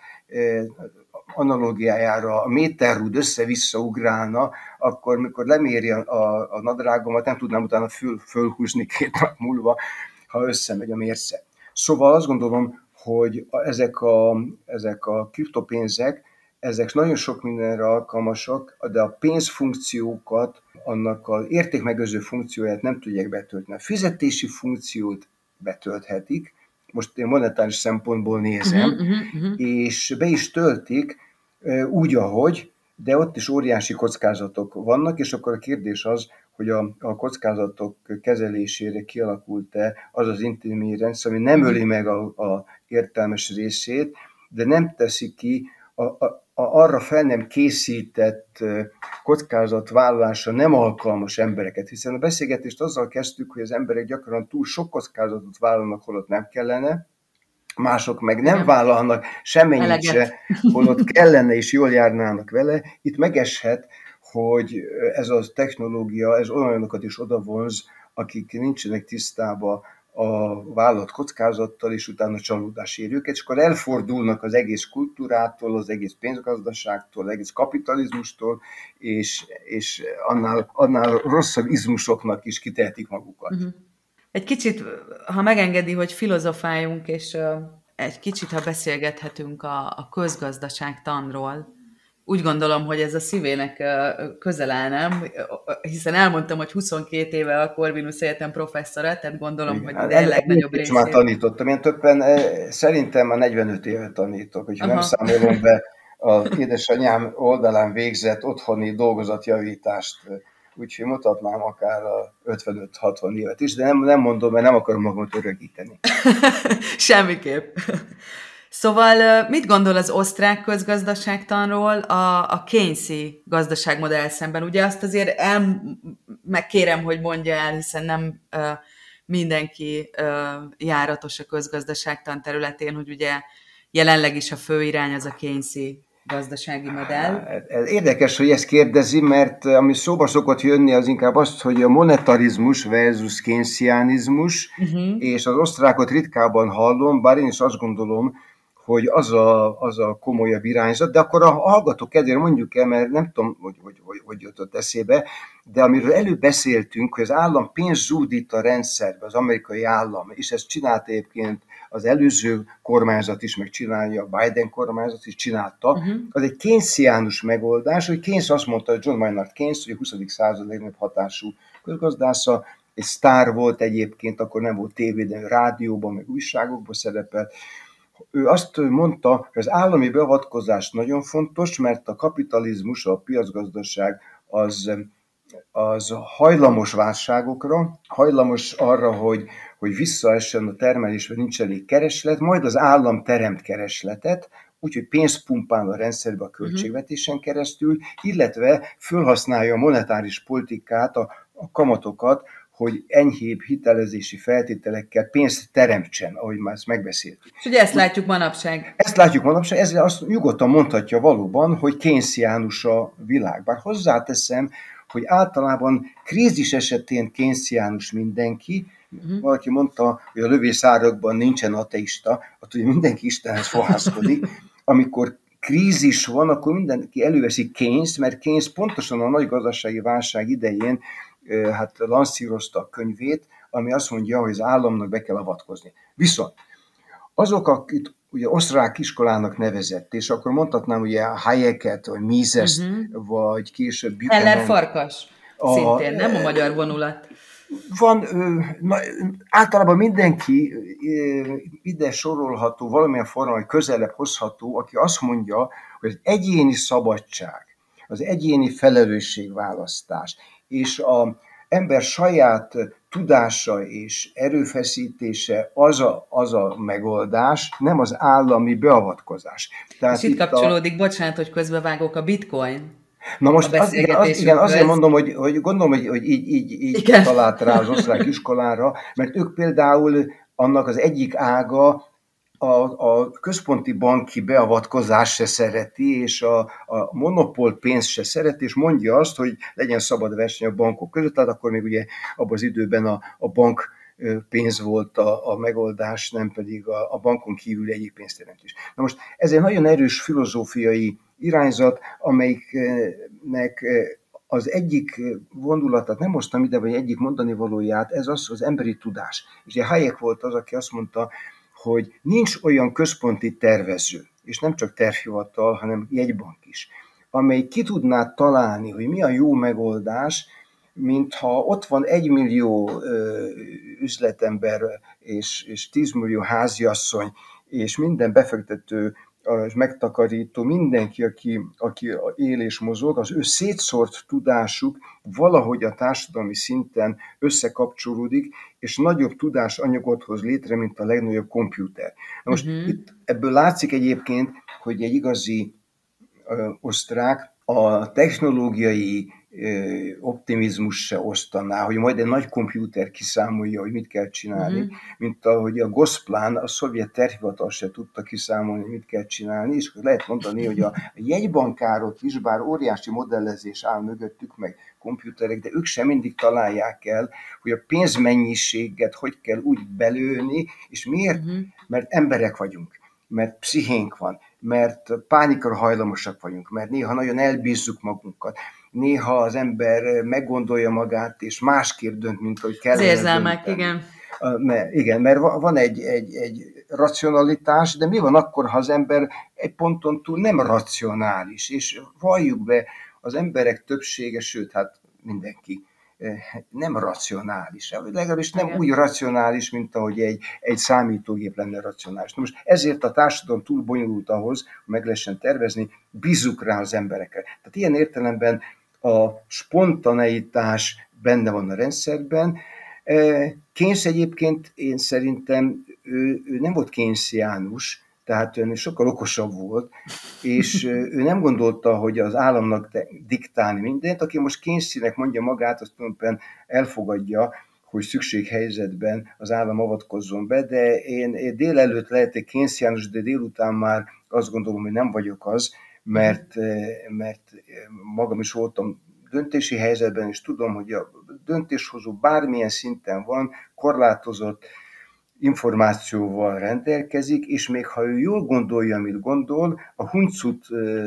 analógiájára a méterrúd össze-vissza ugrálna, akkor mikor leméri a, a, a nadrágomat, nem tudnám utána föl, fölhúzni két nap múlva, ha összemegy a mérce. Szóval azt gondolom, hogy ezek a, ezek a kriptopénzek, ezek nagyon sok mindenre alkalmasak, de a pénzfunkciókat, annak az értékmegőrző funkcióját nem tudják betölteni. A fizetési funkciót betölthetik, most én monetáris szempontból nézem, uh-huh, uh-huh. és be is töltik úgy, ahogy, de ott is óriási kockázatok vannak, és akkor a kérdés az, hogy a, a kockázatok kezelésére kialakult-e az az intézményrendszer, ami nem öli meg a, a értelmes részét, de nem teszi ki a, a, a arra fel nem készített kockázatvállalásra nem alkalmas embereket, hiszen a beszélgetést azzal kezdtük, hogy az emberek gyakran túl sok kockázatot vállalnak, holott nem kellene, mások meg nem vállalnak semmennyit se, holott kellene és jól járnának vele. Itt megeshet, hogy ez a technológia, ez olyanokat is odavonz, akik nincsenek tisztában a vállalat kockázattal, és utána csalódás ér őket, és akkor elfordulnak az egész kultúrától, az egész pénzgazdaságtól, az egész kapitalizmustól, és, és annál, annál rosszabb izmusoknak is kitehetik magukat. Uh-huh. Egy kicsit, ha megengedi, hogy filozofáljunk, és egy kicsit, ha beszélgethetünk a, a közgazdaságtanról, úgy gondolom, hogy ez a szívének közel áll, nem? Hiszen elmondtam, hogy huszonkét éve a Corvinus Egyetem professzora, tehát gondolom, igen, hogy ide legnagyobb részét. Már tanítottam, én többen szerintem már negyvenöt éve tanítok, hogyha aha. nem számolom be az édesanyám oldalán végzett otthoni dolgozatjavítást, úgyhogy mutatnám akár a ötvenöt-hatvan évet is, de nem, nem mondom, mert nem akarom magamat örökíteni. Semmiképp. Szóval mit gondol az osztrák közgazdaságtanról a, a Keynesi gazdaságmodell szemben? Ugye azt azért el, megkérem, hogy mondja el, hiszen nem uh, mindenki uh, járatos a közgazdaságtan területén, hogy ugye jelenleg is a fő irány az a Keynesi gazdasági modell. Ez érdekes, hogy ezt kérdezi, mert ami szóba szokott jönni, az inkább az, hogy a monetarizmus versus keynesianizmus, Uh-huh. és az osztrákot ritkában hallom, bár én is azt gondolom, hogy az a, az a komolyabb irányzat, de akkor a hallgatók kedvére mondjuk el, mert nem tudom, hogy hogy, hogy, hogy jutott eszébe, de amiről előbb beszéltünk, hogy az állam pénzt zúdít a rendszerbe, az amerikai állam, és ezt csinált egyébként az előző kormányzat is, meg csinálja, a Biden kormányzat is csinálta, uh-huh. az egy keynesiánus megoldás, hogy Keynes azt mondta, hogy John Maynard Keynes, hogy a huszadik század legnagyobb hatású közgazdásza, egy sztár volt egyébként, akkor nem volt tévé, de rádióban, meg újságokban szerepelt. Ő azt mondta, hogy az állami beavatkozás nagyon fontos, mert a kapitalizmus, a piacgazdaság az, az hajlamos válságokra, hajlamos arra, hogy, hogy visszaessen a termelés, vagy nincs elég kereslet, majd az állam teremt keresletet, úgyhogy pénzt pumpál a rendszerbe a költségvetésen keresztül, illetve fölhasználja a monetáris politikát, a, a kamatokat, hogy enyhébb hitelezési feltételekkel pénzt teremtsen, ahogy már ezt megbeszéltük. És ugye ezt látjuk manapság. Ezt látjuk manapság, ezzel azt nyugodtan mondhatja valóban, hogy keynesiánus a világ. Bár hozzáteszem, hogy általában krízis esetén keynesiánus mindenki. Uh-huh. Valaki mondta, hogy a lövészárakban nincsen ateista, attól, hogy mindenki Istenhez fohászkodik. Amikor krízis van, akkor mindenki előveszi Keynes, mert Keynes pontosan a nagy gazdasági válság idején hát lanszírozta a könyvét, ami azt mondja, hogy az államnak be kell avatkozni. Viszont azok, akik ugye osztrák iskolának nevezett, és akkor mondhatnám ugye Hayeket, vagy Misest, uh-huh. vagy később Buchanan. Heller Farkas, a, szintén, nem a magyar vonulat. Van, na, általában mindenki ide sorolható, valamilyen formában közelebb hozható, aki azt mondja, hogy az egyéni szabadság, az egyéni felelősségválasztás, és az ember saját tudása és erőfeszítése az a, az a megoldás, nem az állami beavatkozás. Tehát és itt, itt kapcsolódik, a... bocsánat, hogy közbevágok, a bitcoin. Na most az, az, igen, azért mondom, hogy, hogy gondolom, hogy, hogy így, így, így talált rá az osztrák iskolára, mert ők például annak az egyik ága a, a központi banki beavatkozás se szereti, és a, a monopól pénzt se szereti, és mondja azt, hogy legyen szabad verseny a bankok között, tehát akkor még ugye abban az időben a, a bank pénz volt a, a megoldás, nem pedig a, a bankon kívül egyik pénzteremtés. Na most ez egy nagyon erős filozófiai irányzat, amelyiknek az egyik vonulatát nem hoztam ide, vagy egyik mondani valóját, ez az az emberi tudás. És ugye Hayek volt az, aki azt mondta, hogy nincs olyan központi tervező, és nem csak tervhivatal, hanem jegybank is, amely ki tudná találni, hogy mi a jó megoldás, mintha ott van egymillió üzletember és, és tízmillió háziasszony, és minden befektető, és megtakarító, mindenki, aki, aki él és mozog, az ő szétszórt tudásuk valahogy a társadalmi szinten összekapcsolódik, és nagyobb tudásanyagot hoz létre, mint a legnagyobb kompjúter. Most uh-huh. itt ebből látszik egyébként, hogy egy igazi ö, osztrák a technológiai optimizmus se osztaná, hogy majd egy nagy kompjúter kiszámolja, hogy mit kell csinálni, uh-huh. mint ahogy a Gosplan, a szovjet tervhivatal se tudta kiszámolni, mit kell csinálni, és lehet mondani, hogy a jegybankárok is, bár óriási modellezés áll mögöttük, meg kompjúterek, de ők sem mindig találják el, hogy a pénzmennyiséget hogy kell úgy belőni, és miért? Uh-huh. Mert emberek vagyunk, mert pszichénk van, mert pánikra hajlamosak vagyunk, mert néha nagyon elbízzuk magunkat, néha az ember meggondolja magát, és másképp dönt, mint hogy kellene. Az érzelmek, igen. Mert, igen, mert van egy, egy, egy racionalitás, de mi van akkor, ha az ember egy ponton túl nem racionális, és valljuk be, az emberek többsége, sőt, hát mindenki nem racionális, legalábbis nem igen. úgy racionális, mint ahogy egy, egy számítógép lenne racionális. Na most ezért a társadalom túl bonyolult ahhoz, hogy meg lehessen tervezni, bízzuk rá az emberekre. Tehát ilyen értelemben a spontaneitás benne van a rendszerben. Keynes egyébként én szerintem ő, ő nem volt keynesiánus, tehát ő sokkal okosabb volt, és ő nem gondolta, hogy az államnak diktálni mindent, aki most Keynesinek mondja magát, azt tulajdonképpen elfogadja, hogy szükséghelyzetben az állam avatkozzon be, de én, én délelőtt lehetek keynesiánus, de délután már azt gondolom, hogy nem vagyok az, mert, mert magam is voltam döntési helyzetben, és tudom, hogy a döntéshozó bármilyen szinten van, korlátozott információval rendelkezik, és még ha ő jól gondolja, amit gondol, a huncut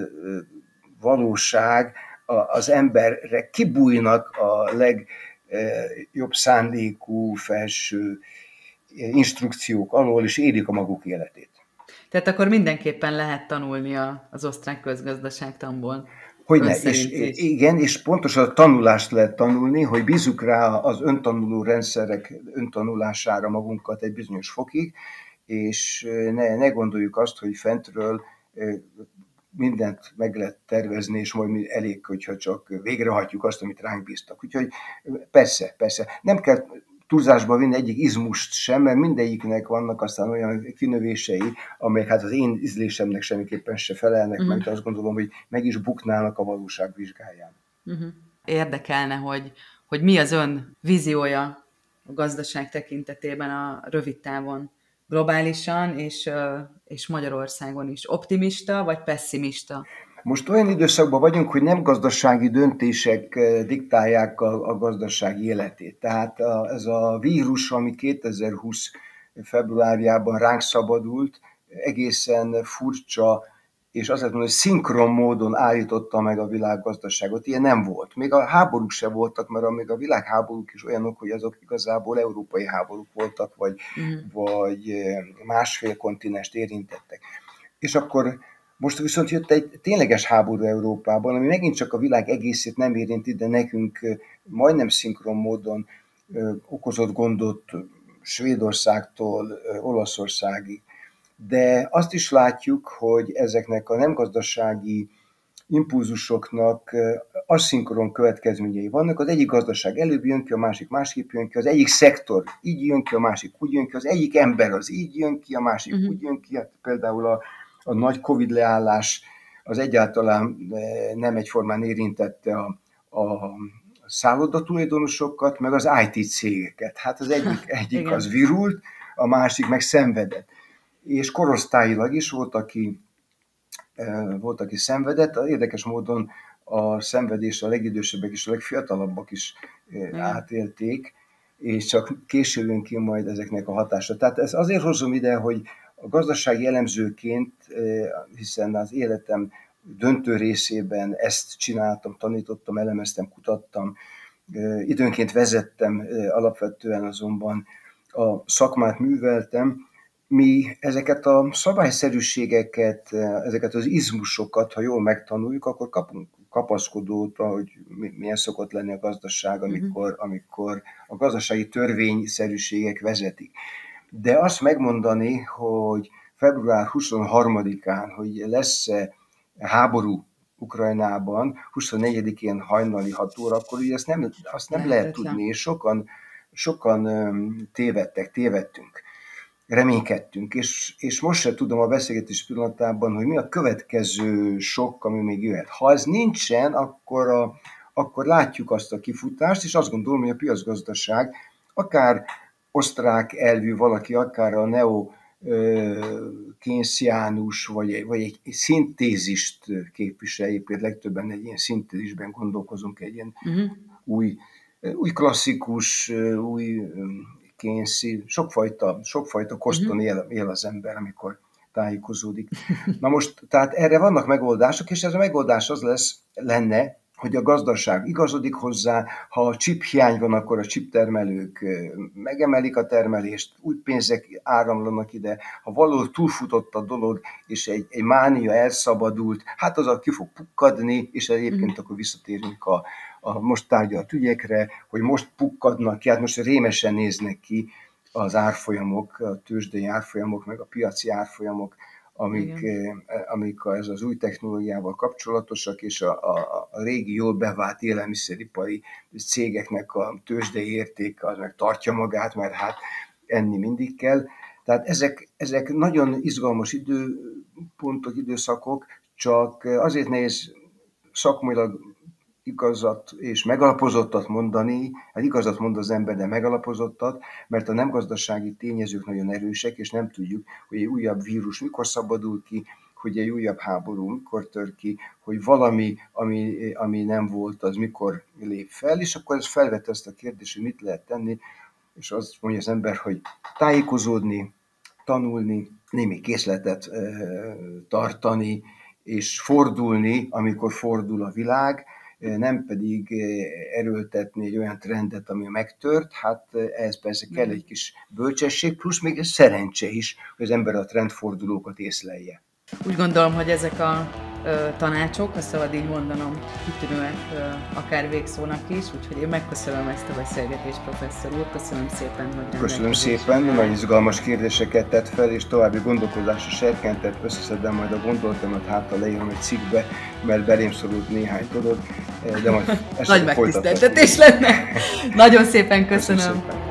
valóság az emberre kibújnak a legjobb szándékú felső instrukciók alól, és élik a maguk életét. Tehát akkor mindenképpen lehet tanulni az osztrák közgazdaságtanból. Hogyne, és igen, és pontosan a tanulást lehet tanulni, hogy bízzuk rá az öntanuló rendszerek öntanulására magunkat egy bizonyos fokig, és ne, ne gondoljuk azt, hogy fentről mindent meg lehet tervezni, és majd elég, hogyha csak végrehajtjuk azt, amit ránk bíztak. Úgyhogy persze, persze, nem kell túlzásba vinni egyik izmust sem, mert mindegyiknek vannak aztán olyan kinövései, amelyek hát az én ízlésemnek semmiképpen se felelnek, uh-huh. mert azt gondolom, hogy meg is buknának a valóság vizsgáján. Uh-huh. Érdekelne, hogy, hogy mi az ön víziója a gazdaság tekintetében a rövid távon, globálisan és, és Magyarországon is. Optimista vagy pesszimista? Most olyan időszakban vagyunk, hogy nem gazdasági döntések diktálják a, a gazdasági életét. Tehát a, ez a vírus, ami kétezer-húsz februárjában ránk szabadult, egészen furcsa, és azt mondom, hogy szinkron módon állította meg a világgazdaságot. Ilyen nem volt. Még a háborúk se voltak, mert még a világháborúk is olyanok, hogy azok igazából európai háborúk voltak, vagy, mm. vagy másfél kontinenst érintettek. És akkor most viszont jött egy tényleges háború Európában, ami megint csak a világ egészét nem érinti, de nekünk majdnem szinkron módon okozott gondot Svédországtól Olaszországig. De azt is látjuk, hogy ezeknek a nem gazdasági impulzusoknak aszinkron következményei vannak. Az egyik gazdaság előbb jön ki, a másik másképp jön ki, az egyik szektor így jön ki, a másik úgy jön ki, az egyik ember az így jön ki, a másik uh-huh. úgy jön ki. Hát például a A nagy Covid leállás az egyáltalán nem egyformán érintette a, a szállodatulajdonosokat, meg az í té cégeket. Hát az egyik, egyik az virult, a másik meg szenvedett. És korosztályilag is volt, aki, volt, aki szenvedett. Érdekes módon a szenvedést a legidősebbek és a legfiatalabbak is Igen. átélték, és csak később jön ki majd ezeknek a hatása. Tehát ezt azért hozom ide, hogy a gazdasági elemzőként, hiszen az életem döntő részében ezt csináltam, tanítottam, elemeztem, kutattam, időnként vezettem, alapvetően azonban a szakmát műveltem. Mi ezeket a szabályszerűségeket, ezeket az izmusokat, ha jól megtanuljuk, akkor kapunk kapaszkodót, hogy milyen szokott lenni a gazdaság, amikor, amikor a gazdasági törvényszerűségek vezetik. De azt megmondani, hogy február huszonharmadikán, hogy lesz-e háború Ukrajnában, huszonnegyedikén hajnali hat órakor, ugye ezt nem, azt nem lehet tudni, és sokan, sokan tévedtek, tévedtünk, reménykedtünk, és, és most se tudom a beszélgetés pillanatában, hogy mi a következő sok, ami még jöhet. Ha ez nincsen, akkor, a, akkor látjuk azt a kifutást, és azt gondolom, hogy a piacgazdaság akár osztrák elvű valaki, akár a neo keynesiánus, vagy egy, vagy egy szintézist képviselje, például legtöbben egy ilyen szintézisben gondolkozunk, egy ilyen uh-huh. új, új klasszikus, új Keynesi, sokfajta, sokfajta koszton uh-huh. él, él az ember, amikor tájékozódik. Na most, tehát erre vannak megoldások, és ez a megoldás az lesz, lenne, hogy a gazdaság igazodik hozzá, ha a chip hiány van, akkor a chiptermelők megemelik a termelést, új pénzek áramlanak ide, ha valahol túlfutott a dolog, és egy, egy mánia elszabadult, hát az ki fog pukkadni, és egyébként mm. akkor visszatérünk a, a most tárgyalt ügyekre, hogy most pukkadnak ki, hát most rémesen néznek ki az árfolyamok, a tőzsdei árfolyamok, meg a piaci árfolyamok, amik, amik ez az új technológiával kapcsolatosak, és a, a, a régi jól bevált élelmiszeripari cégeknek a tőzsdei értéke az meg tartja magát, mert hát enni mindig kell. Tehát ezek, ezek nagyon izgalmas időpontok, időszakok, csak azért nehéz szakmailag igazat és megalapozottat mondani, hát igazat mond az ember, de megalapozottat, mert a nem gazdasági tényezők nagyon erősek, és nem tudjuk, hogy egy újabb vírus mikor szabadul ki, hogy egy újabb háború mikor tör ki, hogy valami, ami, ami nem volt, az mikor lép fel, és akkor ez felvet ezt a kérdést, hogy mit lehet tenni, és azt mondja az ember, hogy tájékozódni, tanulni, némi készletet e, tartani, és fordulni, amikor fordul a világ, nem pedig erőltetni egy olyan trendet, ami megtört, hát ehhez persze kell egy kis bölcsesség, plusz még egy szerencse is, hogy az ember a trendfordulókat észlelje. Úgy gondolom, hogy ezek a ö, tanácsok, ha szabad így mondanom, kitűnőek ö, akár végszónak is, úgyhogy én megköszönöm ezt a beszélgetést, professzor úr, köszönöm szépen, hogy Köszönöm szépen, nagyon izgalmas kérdéseket tett fel, és további gondolkodásra serkentett, összeszedem majd a gondolatomat, hátra leírom egy cikkbe, mert belém szorult néhány dolog, de majd ezt nagy megtiszteltetés lenne. Nagyon szépen köszönöm. köszönöm szépen.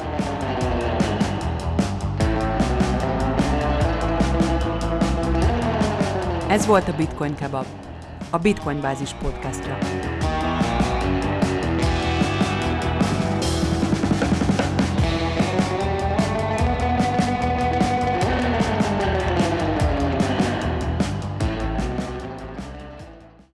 Ez volt a Bitcoin Kebab, a Bitcoin Bázis podcastja.